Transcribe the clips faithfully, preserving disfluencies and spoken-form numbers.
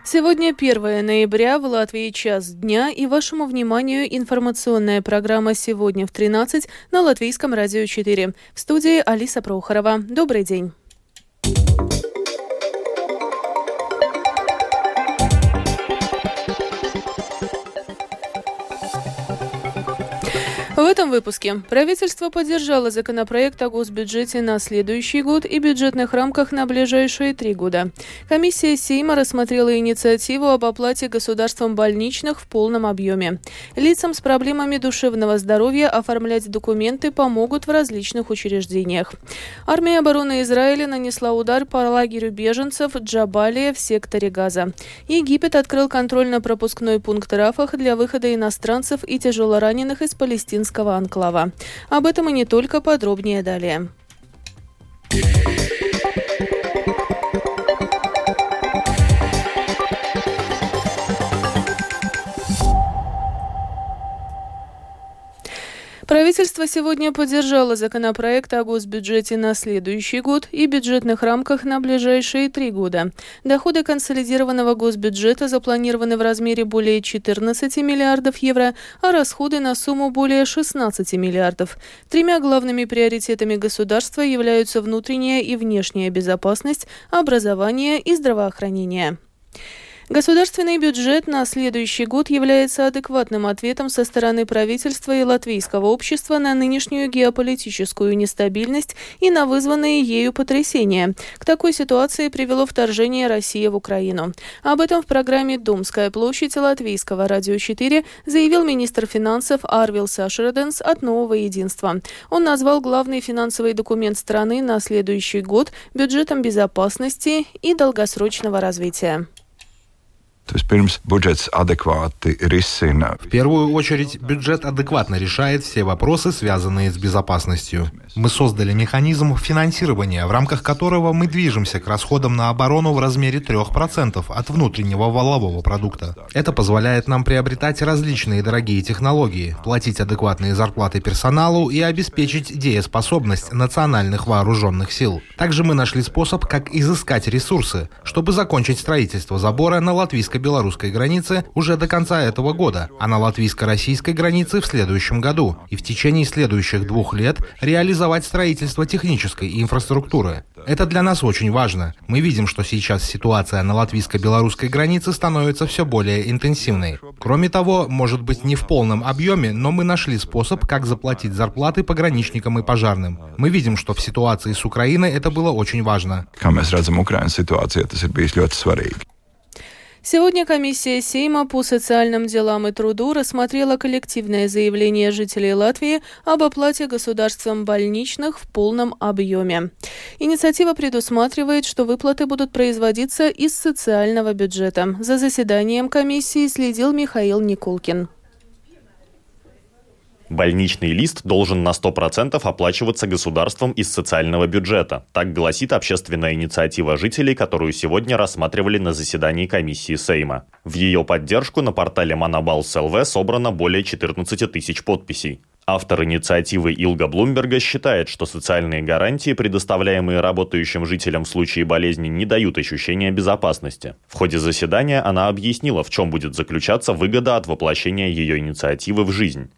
Сегодня первое ноября, в Латвии час дня, и вашему вниманию информационная программа «Сегодня в тринадцать» на Латвийском радио четыре. В студии Алиса Прохорова. Добрый день. В этом выпуске правительство поддержало законопроект о госбюджете на следующий год и бюджетных рамках на ближайшие три года. Комиссия Сейма рассмотрела инициативу об оплате государством больничных в полном объеме. Лицам с проблемами душевного здоровья оформлять документы помогут в различных учреждениях. Армия обороны Израиля нанесла удар по лагерю беженцев Джабалия в секторе Газа. Египет открыл контрольно-пропускной пункт Рафах для выхода иностранцев и тяжелораненых из палестинского анклава. Об этом и не только, подробнее далее. Правительство сегодня поддержало законопроект о госбюджете на следующий год и бюджетных рамках на ближайшие три года. Доходы консолидированного госбюджета запланированы в размере более четырнадцати миллиардов евро, а расходы на сумму более шестнадцати миллиардов. Тремя главными приоритетами государства являются внутренняя и внешняя безопасность, образование и здравоохранение. Государственный бюджет на следующий год является адекватным ответом со стороны правительства и латвийского общества на нынешнюю геополитическую нестабильность и на вызванные ею потрясения. К такой ситуации привело вторжение России в Украину. Об этом в программе «Домская площадь» Латвийского радио четыре заявил министр финансов Арвилс Ашреденс от Нового единства. Он назвал главный финансовый документ страны на следующий год бюджетом безопасности и долгосрочного развития. В первую очередь, бюджет адекватно решает все вопросы, связанные с безопасностью. Мы создали механизм финансирования, в рамках которого мы движемся к расходам на оборону в размере трех процентов от внутреннего валового продукта. Это позволяет нам приобретать различные дорогие технологии, платить адекватные зарплаты персоналу и обеспечить дееспособность национальных вооруженных сил. Также мы нашли способ, как изыскать ресурсы, чтобы закончить строительство забора на латвийской белорусской границе уже до конца этого года, а на латвийско-российской границе в следующем году, и в течение следующих двух лет реализовать строительство технической инфраструктуры. Это для нас очень важно. Мы видим, что сейчас ситуация на латвийско-белорусской границе становится все более интенсивной. Кроме того, может быть, не в полном объеме, но мы нашли способ, как заплатить зарплаты пограничникам и пожарным. Мы видим, что в ситуации с Украиной это было очень важно. Сегодня комиссия Сейма по социальным делам и труду рассмотрела коллективное заявление жителей Латвии об оплате государством больничных в полном объеме. Инициатива предусматривает, что выплаты будут производиться из социального бюджета. За заседанием комиссии следил Михаил Никулкин. Больничный лист должен на сто процентов оплачиваться государством из социального бюджета. Так гласит общественная инициатива жителей, которую сегодня рассматривали на заседании комиссии Сейма. В ее поддержку на портале Манабалс точка эл ви собрано более четырнадцати тысяч подписей. Автор инициативы Илга Блумберга считает, что социальные гарантии, предоставляемые работающим жителям в случае болезни, не дают ощущения безопасности. В ходе заседания она объяснила, в чем будет заключаться выгода от воплощения ее инициативы в жизнь.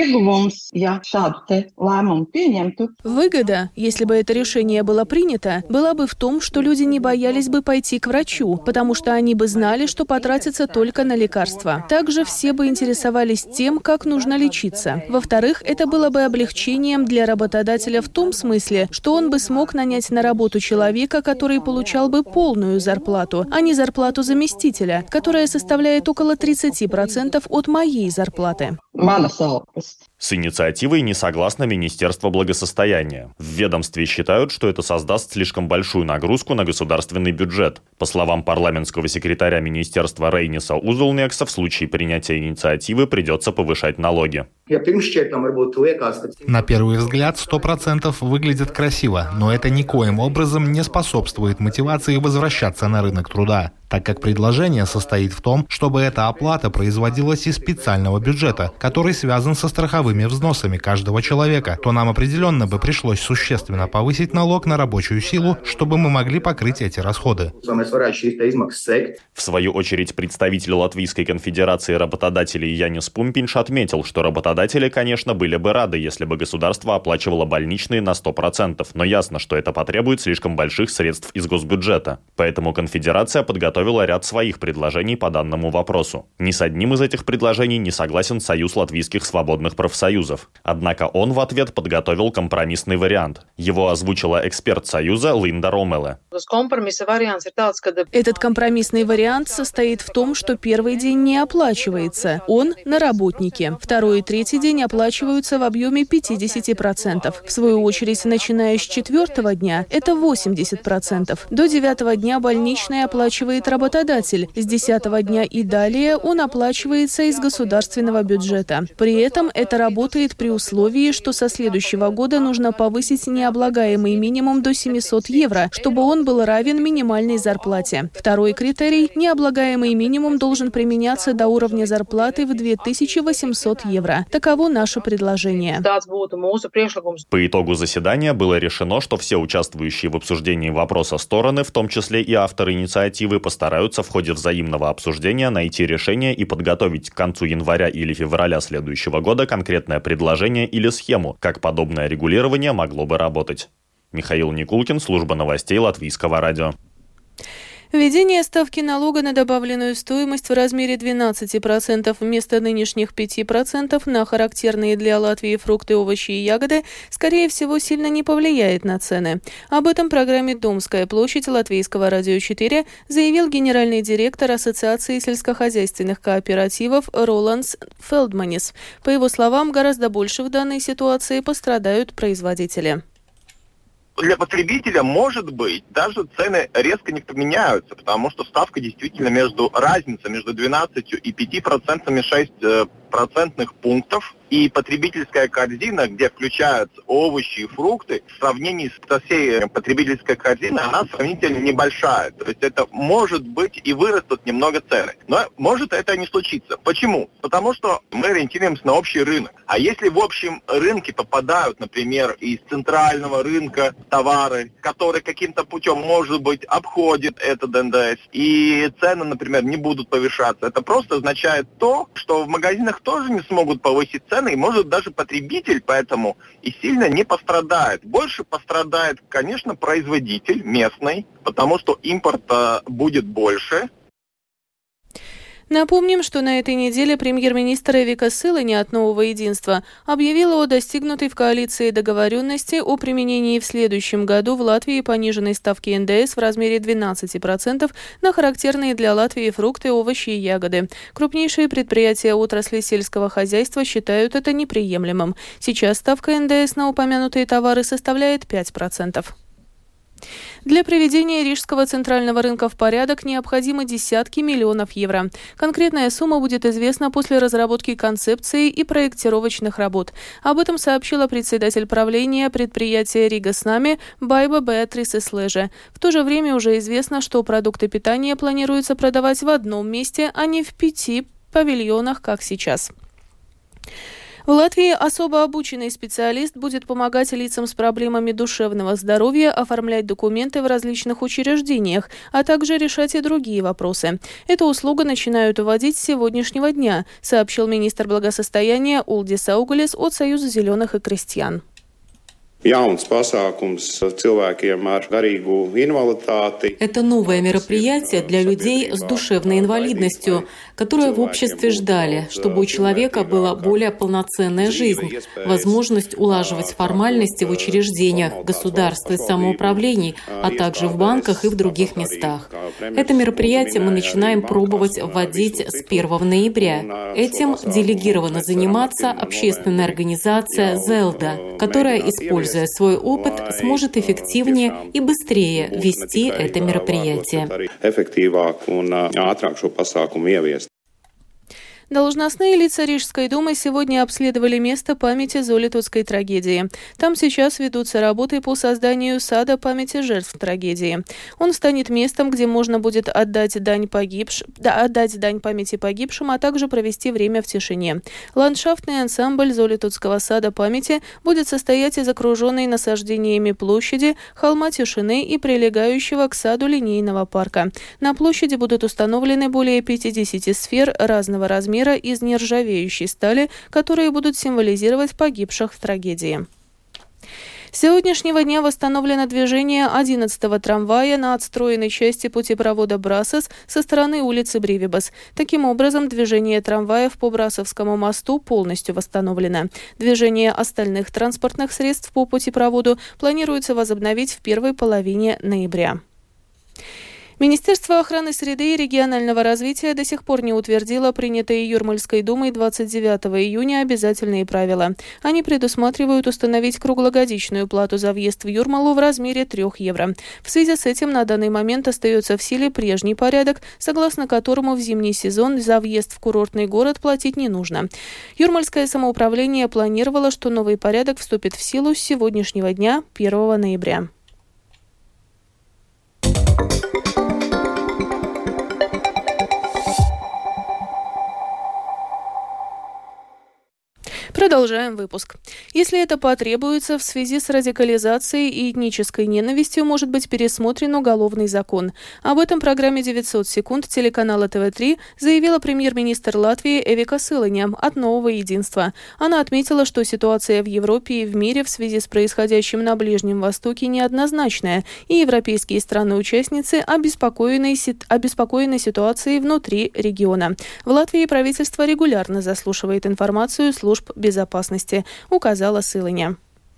Выгода, если бы это решение было принято, была бы в том, что люди не боялись бы пойти к врачу, потому что они бы знали, что потратятся только на лекарства. Также все бы интересовались тем, как нужно лечиться. Во-вторых, это было бы облегчением для работодателя в том смысле, что он бы смог нанять на работу человека, который получал бы полную зарплату, а не зарплату заместителя, которая составляет около тридцати процентов от моей зарплаты. С инициативой не согласно Министерство благосостояния. В ведомстве считают, что это создаст слишком большую нагрузку на государственный бюджет. По словам парламентского секретаря Министерства Рейниса Узулнекса, в случае принятия инициативы придется повышать налоги. На первый взгляд сто процентов выглядит красиво, но это никоим образом не способствует мотивации возвращаться на рынок труда, так как предложение состоит в том, чтобы эта оплата производилась из специального бюджета, который связан со страховым страховыми взносами каждого человека, то нам определенно бы пришлось существенно повысить налог на рабочую силу, чтобы мы могли покрыть эти расходы. В свою очередь, представитель Латвийской конфедерации работодателей Янис Пумпинш отметил, что работодатели, конечно, были бы рады, если бы государство оплачивало больничные на сто процентов, но ясно, что это потребует слишком больших средств из госбюджета. Поэтому конфедерация подготовила ряд своих предложений по данному вопросу. Ни с одним из этих предложений не согласен Союз латвийских свободных профсоюзов. Однако он в ответ подготовил компромиссный вариант. Его озвучила эксперт Союза Линда Ромеле. Этот компромиссный вариант состоит в том, что первый день не оплачивается. Он на работнике. Второй и третий день оплачиваются в объеме пятьдесят процентов. В свою очередь, начиная с четвертого дня, это восемьдесят процентов. До девятого дня больничный оплачивает работодатель. С десятого дня и далее он оплачивается из государственного бюджета. При этом это работает при условии, что со следующего года нужно повысить необлагаемый минимум до семьсот евро, чтобы он был равен минимальной зарплате. Второй критерий – необлагаемый минимум должен применяться до уровня зарплаты в две тысячи восемьсот евро. Таково наше предложение. По итогу заседания было решено, что все участвующие в обсуждении вопроса стороны, в том числе и авторы инициативы, постараются в ходе взаимного обсуждения найти решение и подготовить к концу января или февраля следующего года конкретное предложение или схему, как подобное регулирование могло бы работать. Михаил Никулкин, служба новостей Латвийского радио. Введение ставки налога на добавленную стоимость в размере двенадцать процентов вместо нынешних пяти процентов на характерные для Латвии фрукты, овощи и ягоды, скорее всего, сильно не повлияет на цены. Об этом в программе «Домская площадь» Латвийского радио четыре заявил генеральный директор Ассоциации сельскохозяйственных кооперативов Роландс Фелдманис. По его словам, гораздо больше в данной ситуации пострадают производители. Для потребителя, может быть, даже цены резко не поменяются, потому что ставка действительно между разница между двенадцатью и пятью процентами шесть процентных пунктов. И потребительская корзина, где включаются овощи и фрукты, в сравнении со всей потребительской корзиной, она сравнительно небольшая. То есть это может быть и вырастут немного цены. Но может это не случиться. Почему? Потому что мы ориентируемся на общий рынок. А если в общем рынке попадают, например, из центрального рынка товары, которые каким-то путем, может быть, обходят этот эн дэ эс, и цены, например, не будут повышаться, это просто означает то, что в магазинах тоже не смогут повысить цены, и может даже потребитель поэтому и сильно не пострадает. Больше пострадает, конечно, производитель местный, потому что импорта будет больше. Напомним, что на этой неделе премьер-министр Эвика Силани от «Нового единства» объявила о достигнутой в коалиции договоренности о применении в следующем году в Латвии пониженной ставки эн дэ эс в размере двенадцать процентов на характерные для Латвии фрукты, овощи и ягоды. Крупнейшие предприятия отрасли сельского хозяйства считают это неприемлемым. Сейчас ставка эн дэ эс на упомянутые товары составляет пять процентов. Для приведения Рижского центрального рынка в порядок необходимы десятки миллионов евро. Конкретная сумма будет известна после разработки концепции и проектировочных работ. Об этом сообщила председатель правления предприятия «Рига с нами» Байба Беатрис Эслеже. В то же время уже известно, что продукты питания планируется продавать в одном месте, а не в пяти павильонах, как сейчас. В Латвии особо обученный специалист будет помогать лицам с проблемами душевного здоровья оформлять документы в различных учреждениях, а также решать и другие вопросы. Эту услугу начинают вводить с сегодняшнего дня, сообщил министр благосостояния Улдис Аугулис от Союза зеленых и крестьян. Это новое мероприятие для людей с душевной инвалидностью, которые в обществе ждали, чтобы у человека была более полноценная жизнь, возможность улаживать формальности в учреждениях, государстве, самоуправлении, а также в банках и в других местах. Это мероприятие мы начинаем пробовать вводить с первого ноября. Этим делегирована заниматься общественная организация «Зелда», которая использует Используя свой опыт, сможет эффективнее и быстрее вести это мероприятие. Должностные лица Рижской думы сегодня обследовали место памяти Золитовской трагедии. Там сейчас ведутся работы по созданию сада памяти жертв трагедии. Он станет местом, где можно будет отдать дань, погибш... да, отдать дань памяти погибшим, а также провести время в тишине. Ландшафтный ансамбль Золитовского сада памяти будет состоять из окруженной насаждениями площади, холма тишины и прилегающего к саду линейного парка. На площади будут установлены более пятидесяти сфер разного размера из нержавеющей стали, которые будут символизировать погибших в трагедии. С сегодняшнего дня восстановлено движение одиннадцатого трамвая на отстроенной части путепровода Брасос со стороны улицы Бривибас. Таким образом, движение трамваев по Брасовскому мосту полностью восстановлено. Движение остальных транспортных средств по путепроводу планируется возобновить в первой половине ноября. Министерство охраны среды и регионального развития до сих пор не утвердило принятые Юрмальской думой двадцать девятого июня обязательные правила. Они предусматривают установить круглогодичную плату за въезд в Юрмалу в размере трех евро. В связи с этим на данный момент остается в силе прежний порядок, согласно которому в зимний сезон за въезд в курортный город платить не нужно. Юрмальское самоуправление планировало, что новый порядок вступит в силу с сегодняшнего дня, первого ноября. Продолжаем выпуск. Если это потребуется, в связи с радикализацией и этнической ненавистью может быть пересмотрен уголовный закон. Об этом в программе девятьсот секунд телеканала тэ вэ три заявила премьер-министр Латвии Эвика Силаņa от «Нового единства». Она отметила, что ситуация в Европе и в мире в связи с происходящим на Ближнем Востоке неоднозначная, и европейские страны-участницы обеспокоены, обеспокоены ситуацией внутри региона. В Латвии правительство регулярно заслушивает информацию служб безопасности, указала Силаņa.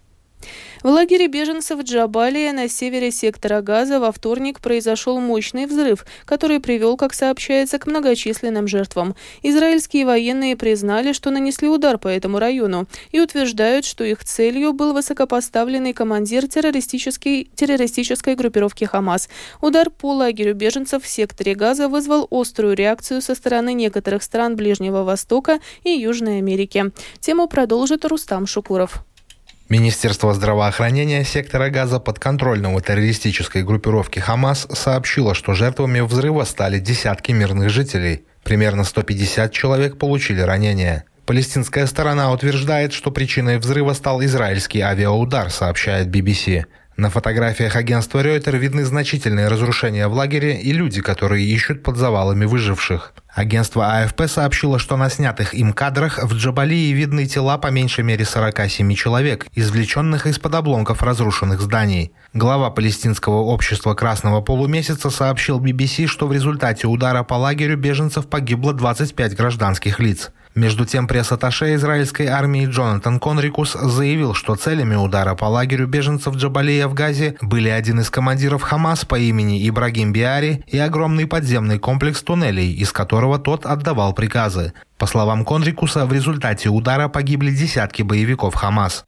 В лагере беженцев Джабалия на севере сектора Газа во вторник произошел мощный взрыв, который привел, как сообщается, к многочисленным жертвам. Израильские военные признали, что нанесли удар по этому району, и утверждают, что их целью был высокопоставленный командир террористической, террористической группировки «Хамас». Удар по лагерю беженцев в секторе Газа вызвал острую реакцию со стороны некоторых стран Ближнего Востока и Южной Америки. Тему продолжит Рустам Шукуров. Министерство здравоохранения сектора Газа подконтрольного террористической группировки «Хамас» сообщило, что жертвами взрыва стали десятки мирных жителей. Примерно сто пятьдесят человек получили ранения. Палестинская сторона утверждает, что причиной взрыва стал израильский авиаудар, сообщает би би си. На фотографиях агентства Reuters видны значительные разрушения в лагере и люди, которые ищут под завалами выживших. Агентство а эф пэ сообщило, что на снятых им кадрах в Джабалии видны тела по меньшей мере сорока семи человек, извлеченных из-под обломков разрушенных зданий. Глава палестинского общества Красного полумесяца сообщил би би си, что в результате удара по лагерю беженцев погибло двадцать пять гражданских лиц. Между тем, пресс-атташе израильской армии Джонатан Конрикус заявил, что целями удара по лагерю беженцев Джабалия в Газе были один из командиров Хамас по имени Ибрагим Биари и огромный подземный комплекс туннелей, из которого тот отдавал приказы. По словам Конрикуса, в результате удара погибли десятки боевиков Хамас.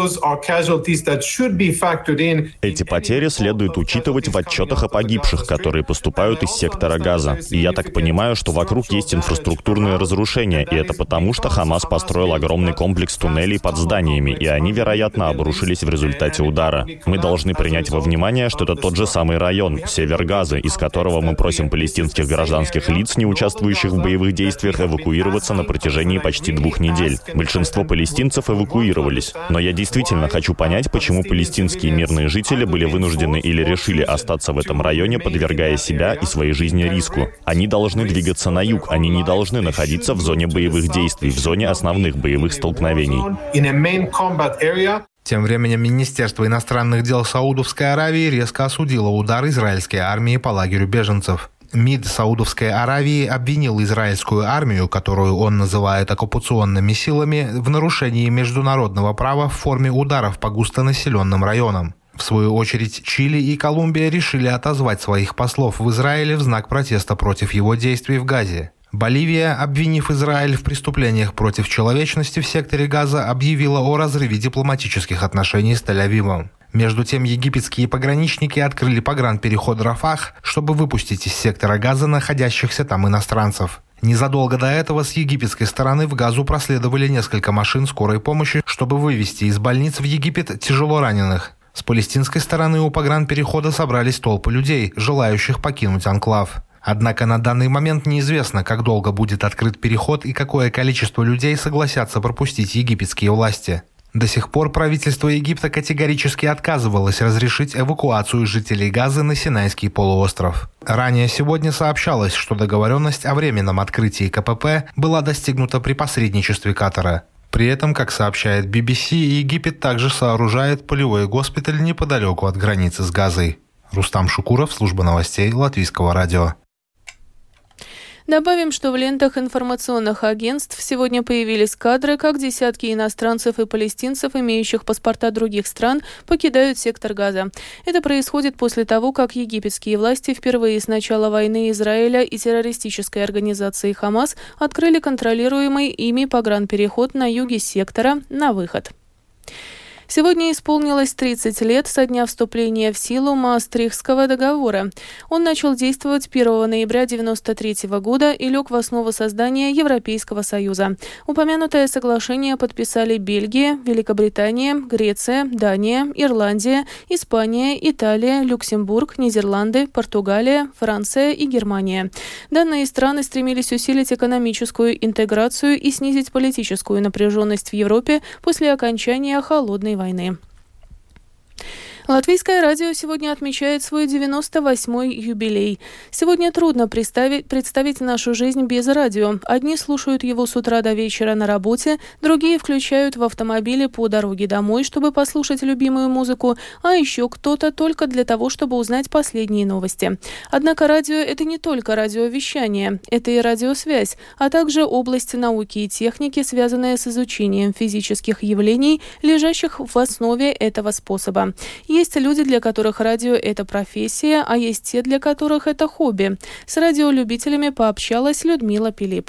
Эти потери следует учитывать в отчетах о погибших, которые поступают из сектора Газа. И я так понимаю, что вокруг есть инфраструктурные разрушения, и это потому, что Хамас построил огромный комплекс туннелей под зданиями, и они, вероятно, обрушились в результате удара. Мы должны принять во внимание, что это тот же самый район, север Газы, из которого мы просим палестинских гражданских лиц, не участвующих в боевых действиях, эвакуироваться на протяжении почти двух недель. Большинство палестинцев эвакуировались, но я действительно хочу понять, почему палестинские мирные жители были вынуждены или решили остаться в этом районе, подвергая себя и своей жизни риску. Они должны двигаться на юг, они не должны находиться в зоне боевых действий, в зоне основных боевых столкновений. Тем временем Министерство иностранных дел Саудовской Аравии резко осудило удар израильской армии по лагерю беженцев. МИД Саудовской Аравии обвинил израильскую армию, которую он называет оккупационными силами, в нарушении международного права в форме ударов по густонаселенным районам. В свою очередь, Чили и Колумбия решили отозвать своих послов в Израиле в знак протеста против его действий в Газе. Боливия, обвинив Израиль в преступлениях против человечности в секторе Газа, объявила о разрыве дипломатических отношений с Тель-Авивом. Между тем, египетские пограничники открыли погранпереход Рафах, чтобы выпустить из сектора Газа находящихся там иностранцев. Незадолго до этого с египетской стороны в Газу проследовали несколько машин скорой помощи, чтобы вывести из больниц в Египет тяжело раненых. С палестинской стороны у погранперехода собрались толпы людей, желающих покинуть анклав. Однако на данный момент неизвестно, как долго будет открыт переход и какое количество людей согласятся пропустить египетские власти. До сих пор правительство Египта категорически отказывалось разрешить эвакуацию жителей Газы на Синайский полуостров. Ранее сегодня сообщалось, что договоренность о временном открытии КПП была достигнута при посредничестве Катара. При этом, как сообщает би би си, Египет также сооружает полевой госпиталь неподалеку от границы с Газой. Рустам Шукуров, служба новостей Латвийского радио. Добавим, что в лентах информационных агентств сегодня появились кадры, как десятки иностранцев и палестинцев, имеющих паспорта других стран, покидают сектор Газа. Это происходит после того, как египетские власти впервые с начала войны Израиля и террористической организации Хамас открыли контролируемый ими погранпереход на юге сектора на выход. Сегодня исполнилось тридцать лет со дня вступления в силу Маастрихтского договора. Он начал действовать первого ноября девяносто третьего года и лег в основу создания Европейского Союза. Упомянутое соглашение подписали Бельгия, Великобритания, Греция, Дания, Ирландия, Испания, Италия, Люксембург, Нидерланды, Португалия, Франция и Германия. Данные страны стремились усилить экономическую интеграцию и снизить политическую напряженность в Европе после окончания холодной войны. войны. Латвийское радио сегодня отмечает свой девяносто восьмой юбилей. Сегодня трудно представить, представить нашу жизнь без радио. Одни слушают его с утра до вечера на работе, другие включают в автомобиле по дороге домой, чтобы послушать любимую музыку, а еще кто-то только для того, чтобы узнать последние новости. Однако радио – это не только радиовещание, это и радиосвязь, а также область науки и техники, связанная с изучением физических явлений, лежащих в основе этого способа. Есть люди, для которых радио – это профессия, а есть те, для которых это хобби. С радиолюбителями пообщалась Людмила Пилип.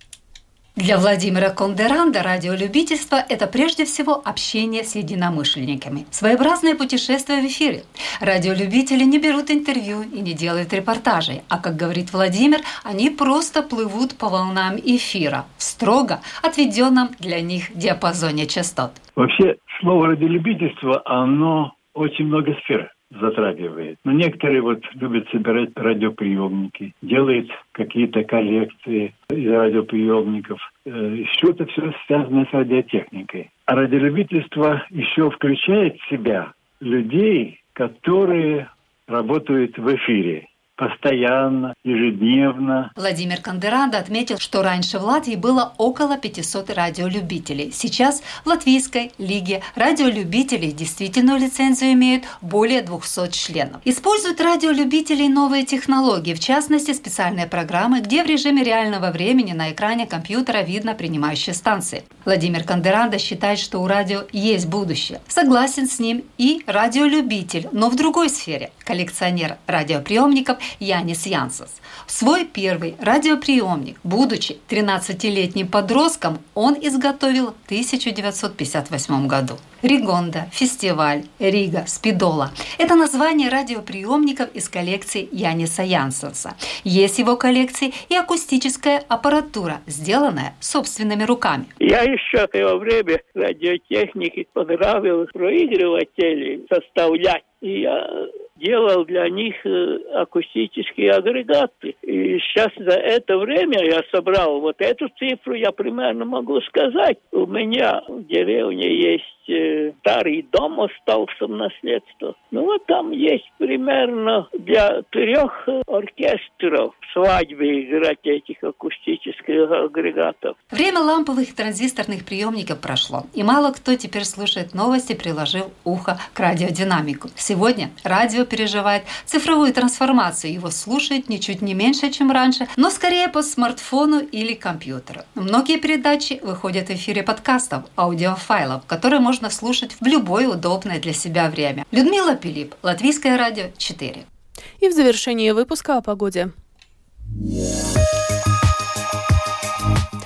Для Владимира Кондеранда радиолюбительство – это прежде всего общение с единомышленниками, своеобразное путешествие в эфире. Радиолюбители не берут интервью и не делают репортажей, а, как говорит Владимир, они просто плывут по волнам эфира в строго отведенном для них диапазоне частот. Вообще, слово радиолюбительство, оно очень много сфер затрагивает. Но некоторые вот любят собирать радиоприемники, делают какие-то коллекции из радиоприемников. Еще это все связано с радиотехникой. А радиолюбительство еще включает в себя людей, которые работают в эфире постоянно, ежедневно. Владимир Кондеранда отметил, что раньше в Латвии было около пятисот радиолюбителей. Сейчас в Латвийской лиге радиолюбителей действительную лицензию имеют более двухсот членов. Используют радиолюбители новые технологии, в частности специальные программы, где в режиме реального времени на экране компьютера видно принимающие станции. Владимир Кондеранда считает, что у радио есть будущее. Согласен с ним и радиолюбитель, но в другой сфере – коллекционер радиоприемников Янис Янсенс. Свой первый радиоприемник, будучи тринадцатилетним подростком, он изготовил в тысяча девятьсот пятьдесят восьмом году. Ригонда, фестиваль, Рига, Спидола – это название радиоприемников из коллекции Яниса Янсенса. Есть в его коллекции и акустическая аппаратура, сделанная собственными руками. Я еще во время радиотехники понравил проигрыватели составлять. И я делал для них акустические агрегаты. И сейчас за это время я собрал вот эту цифру, я примерно могу сказать. У меня в деревне есть старый дом, остался в наследство. Ну вот там есть примерно для трех оркестров свадьбы играть этих акустических агрегатов. Время ламповых транзисторных приемников прошло, и мало кто теперь слушает новости, приложив ухо к радиодинамику. Сегодня радио переживает цифровую трансформацию, его слушают ничуть не меньше, чем раньше, но скорее по смартфону или компьютеру. Многие передачи выходят в эфире подкастов, аудиофайлов, которые можно слушать в любое удобное для себя время. Людмила Пилип, Латвийское радио четыре. И в завершении выпуска о погоде. В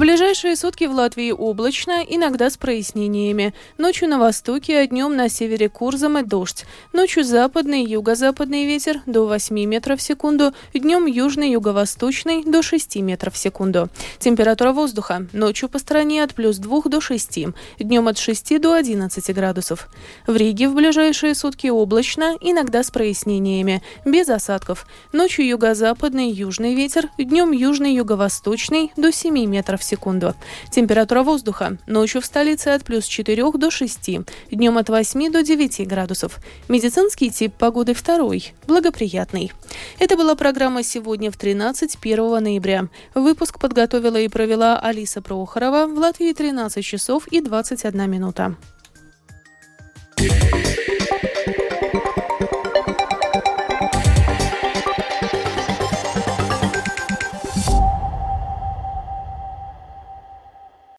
ближайшие сутки в Латвии облачно, иногда с прояснениями. Ночью на востоке, а днем на севере Курзам и дождь. Ночью западный и юго-западный ветер до восьми метров в секунду, днем южный юго-восточный до шести метров в секунду. Температура воздуха ночью по стране от плюс двух до шести, днем от шести до одиннадцати градусов. В Риге в ближайшие сутки облачно, иногда с прояснениями, без осадков. Ночью юго-западный и южный ветер, днем южный юго-восточный до семи метров в секунду. Температура воздуха ночью в столице от плюс четырёх до шести, днем от восьми до девяти градусов. Медицинский тип погоды второй, благоприятный. Это была программа «Сегодня в тринадцать» первого ноября. Выпуск подготовила и провела Алиса Прохорова. В Латвии тринадцать часов и двадцать одна минута.